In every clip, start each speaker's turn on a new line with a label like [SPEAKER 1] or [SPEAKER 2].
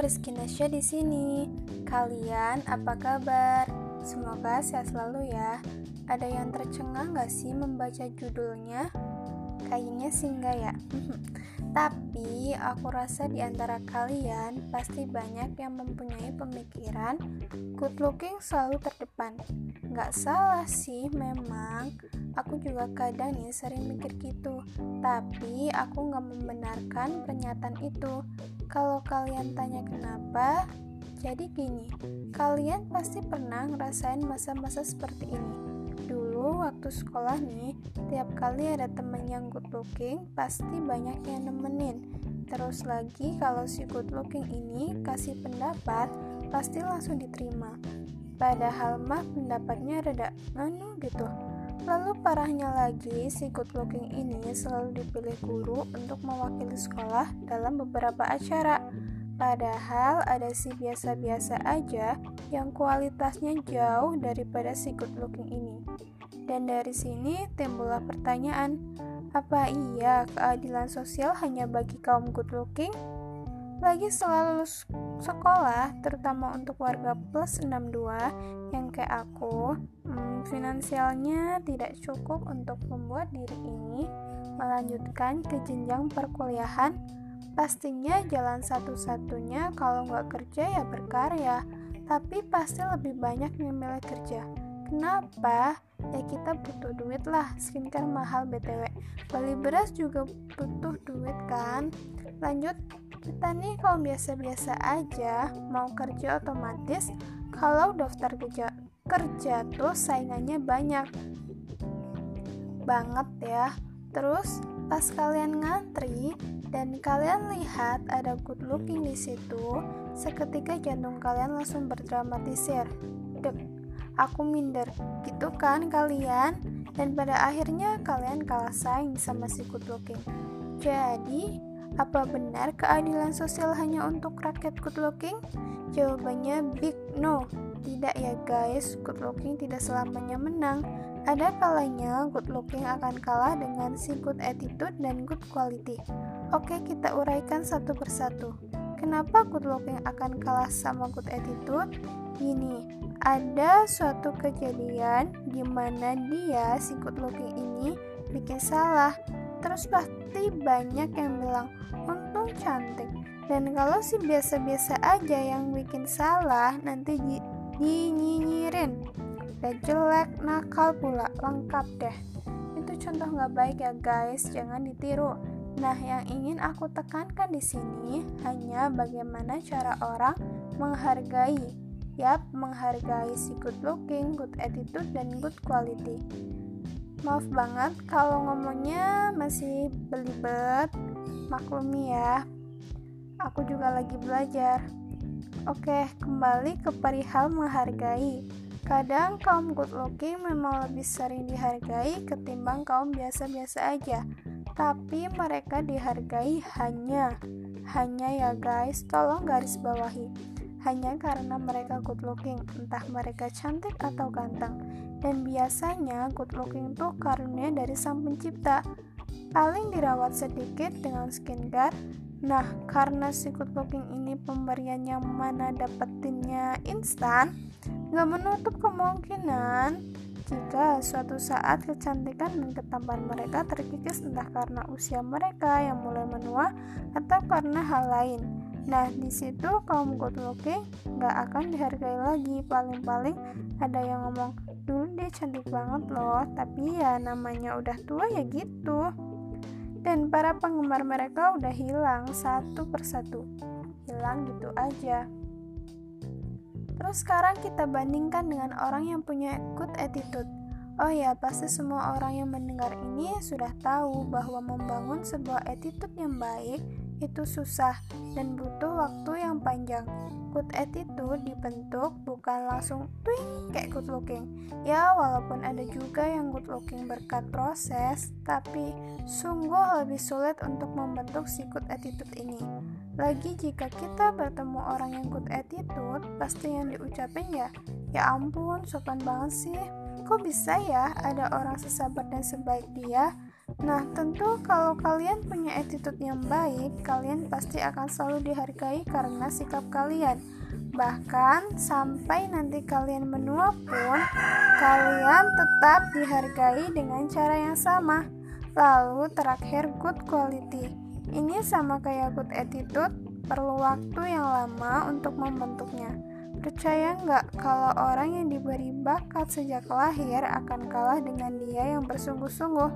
[SPEAKER 1] Rizky Nasya di sini. Kalian apa kabar? Semoga sehat selalu ya. Ada yang tercengang gak sih membaca judulnya? Kayaknya sih enggak ya. Tapi aku rasa di antara kalian pasti banyak yang mempunyai pemikiran good looking selalu terdepan. Gak salah sih memang. Aku juga kadang nih sering mikir gitu. Tapi aku gak membenarkan pernyataan itu. Kalau kalian tanya kenapa, jadi gini, kalian pasti pernah ngerasain masa-masa seperti ini. Dulu waktu sekolah nih, tiap kali ada temen yang good looking, pasti banyak yang nemenin. Terus lagi kalau si good looking ini kasih pendapat, pasti langsung diterima. Padahal mah pendapatnya rada nganu gitu. Lalu parahnya lagi, si good looking ini selalu dipilih guru untuk mewakili sekolah dalam beberapa acara. Padahal ada si biasa-biasa aja yang kualitasnya jauh daripada si good looking ini. Dan dari sini timbullah pertanyaan, apa iya keadilan sosial hanya bagi kaum good looking? Lagi setelah lulus sekolah, terutama untuk warga plus 62 yang kayak aku, finansialnya tidak cukup untuk membuat diri ini melanjutkan ke jenjang perkuliahan. Pastinya jalan satu-satunya kalau nggak kerja ya berkarya, tapi pasti lebih banyak yang milih kerja. Kenapa? Ya kita butuh duit lah, skincare mahal BTW, beli beras juga butuh duit kan. Lanjut, kita nih kalau biasa-biasa aja mau kerja otomatis kalau daftar kerja tuh saingannya banyak banget ya. Terus pas kalian ngantri dan kalian lihat ada good looking di situ, seketika jantung kalian langsung berdramatisir. Dek, aku minder, gitu kan kalian? Dan pada akhirnya kalian kalah saing sama si good looking. Jadi, apa benar keadilan sosial hanya untuk rakyat good looking? Jawabannya big no. Tidak ya guys, good looking tidak selamanya menang. Ada kalanya good looking akan kalah dengan si good attitude dan good quality. Oke, kita uraikan satu persatu. Kenapa good looking akan kalah sama good attitude? Gini, ada suatu kejadian di mana dia si good looking ini bikin salah. Terus pasti banyak yang bilang, untung cantik. Dan kalau si biasa-biasa aja yang bikin salah, nanti dinyinyirin. Dan jelek, nakal pula, lengkap deh. Itu contoh gak baik ya guys, jangan ditiru. Nah, yang ingin aku tekankan di sini hanya bagaimana cara orang menghargai. Menghargai si good looking, good attitude, dan good quality. Maaf banget kalau ngomongnya masih belibet, maklumi ya. Aku juga lagi belajar. Oke, kembali ke perihal menghargai. Kadang kaum good looking memang lebih sering dihargai ketimbang kaum biasa-biasa aja. Tapi mereka dihargai hanya ya guys, tolong garis bawahi. Hanya karena mereka good looking, entah mereka cantik atau ganteng. Dan biasanya good looking tuh karunia dari Sang Pencipta. Paling dirawat sedikit dengan skincare. Nah, karena si good looking ini pemberian yang mana dapetinnya instan, gak menutup kemungkinan jika suatu saat kecantikan dan ketampanan mereka terkikis entah karena usia mereka yang mulai menua atau karena hal lain. Nah, di situ kaum good looking gak akan dihargai lagi. Paling-paling ada yang ngomong, dulu dia cantik banget loh, tapi ya namanya udah tua ya gitu. Dan para penggemar mereka udah hilang satu persatu. Hilang gitu aja. Terus sekarang kita bandingkan dengan orang yang punya good attitude. Oh ya, pasti semua orang yang mendengar ini sudah tahu bahwa membangun sebuah attitude yang baik itu susah dan butuh waktu yang panjang. Good attitude dibentuk bukan langsung twing kayak good looking. Ya, walaupun ada juga yang good looking berkat proses, tapi sungguh lebih sulit untuk membentuk si good attitude ini. Lagi jika kita bertemu orang yang good attitude, pasti yang diucapin ya ampun, sopan banget sih. Kok bisa ya ada orang sesabar dan sebaik dia? Nah, tentu kalau kalian punya attitude yang baik, kalian pasti akan selalu dihargai karena sikap kalian. Bahkan sampai nanti kalian menua pun, kalian tetap dihargai dengan cara yang sama. Lalu terakhir, good quality. Ini sama kayak good attitude, perlu waktu yang lama untuk membentuknya. Percaya nggak kalau orang yang diberi bakat sejak lahir akan kalah dengan dia yang bersungguh-sungguh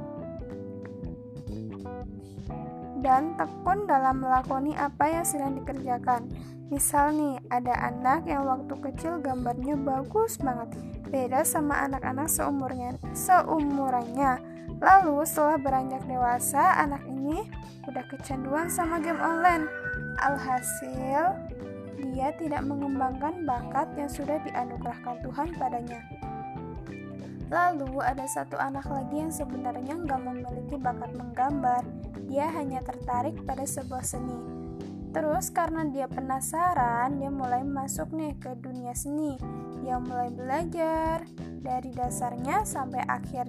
[SPEAKER 1] dan tekun dalam melakoni apa yang sedang dikerjakan. Misal nih, ada anak yang waktu kecil gambarnya bagus banget, beda sama anak-anak seumurannya. Lalu setelah beranjak dewasa, anak ini udah kecanduan sama game online. Alhasil, dia tidak mengembangkan bakat yang sudah dianugerahkan Tuhan padanya. Lalu ada satu anak lagi yang sebenarnya nggak memiliki bakat menggambar. Dia hanya tertarik pada sebuah seni. Terus karena dia penasaran, dia mulai masuk nih ke dunia seni. Dia mulai belajar dari dasarnya sampai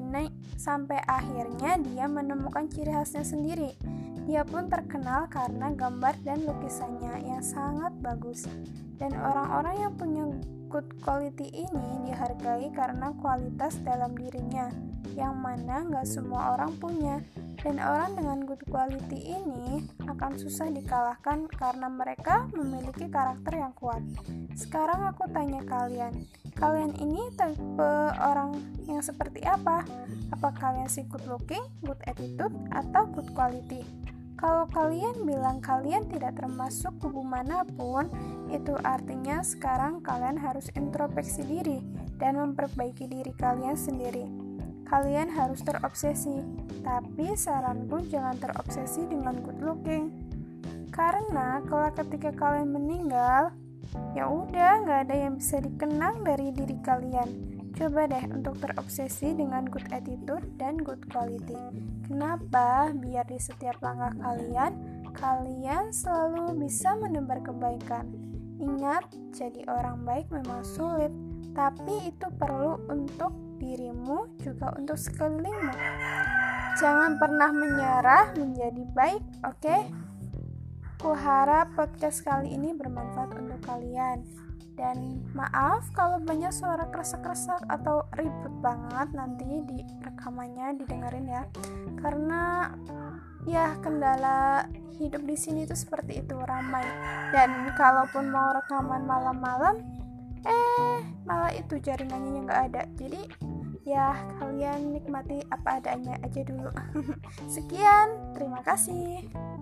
[SPEAKER 1] akhirnya dia menemukan ciri khasnya sendiri. Dia pun terkenal karena gambar dan lukisannya yang sangat bagus. Dan orang-orang yang punya good quality ini dihargai karena kualitas dalam dirinya, yang mana gak semua orang punya. Dan orang dengan good quality ini akan susah dikalahkan karena mereka memiliki karakter yang kuat. Sekarang aku tanya kalian ini tipe orang yang seperti apa? Apa kalian sih good looking, good attitude, atau good quality? Kalau kalian bilang kalian tidak termasuk kubu manapun, itu artinya sekarang kalian harus introspeksi diri dan memperbaiki diri kalian sendiri. Kalian harus terobsesi, tapi saranku jangan terobsesi dengan good looking. Karena kalau ketika kalian meninggal, ya udah nggak ada yang bisa dikenang dari diri kalian. Coba deh untuk terobsesi dengan good attitude dan good quality. Kenapa? Biar di setiap langkah kalian selalu bisa menebar kebaikan. Ingat, jadi orang baik memang sulit, tapi itu perlu untuk dirimu juga untuk sekelilingmu. Jangan pernah menyerah menjadi baik, oke? Kuharap podcast kali ini bermanfaat untuk kalian. Dan maaf kalau banyak suara kresek-kresek atau ribut banget nanti di rekamannya didengerin ya. Karena ya kendala hidup di sini itu seperti itu, ramai. Dan kalaupun mau rekaman malam-malam, malah itu jaringannya nggak ada. Jadi ya kalian nikmati apa adanya aja dulu. Sekian, terima kasih.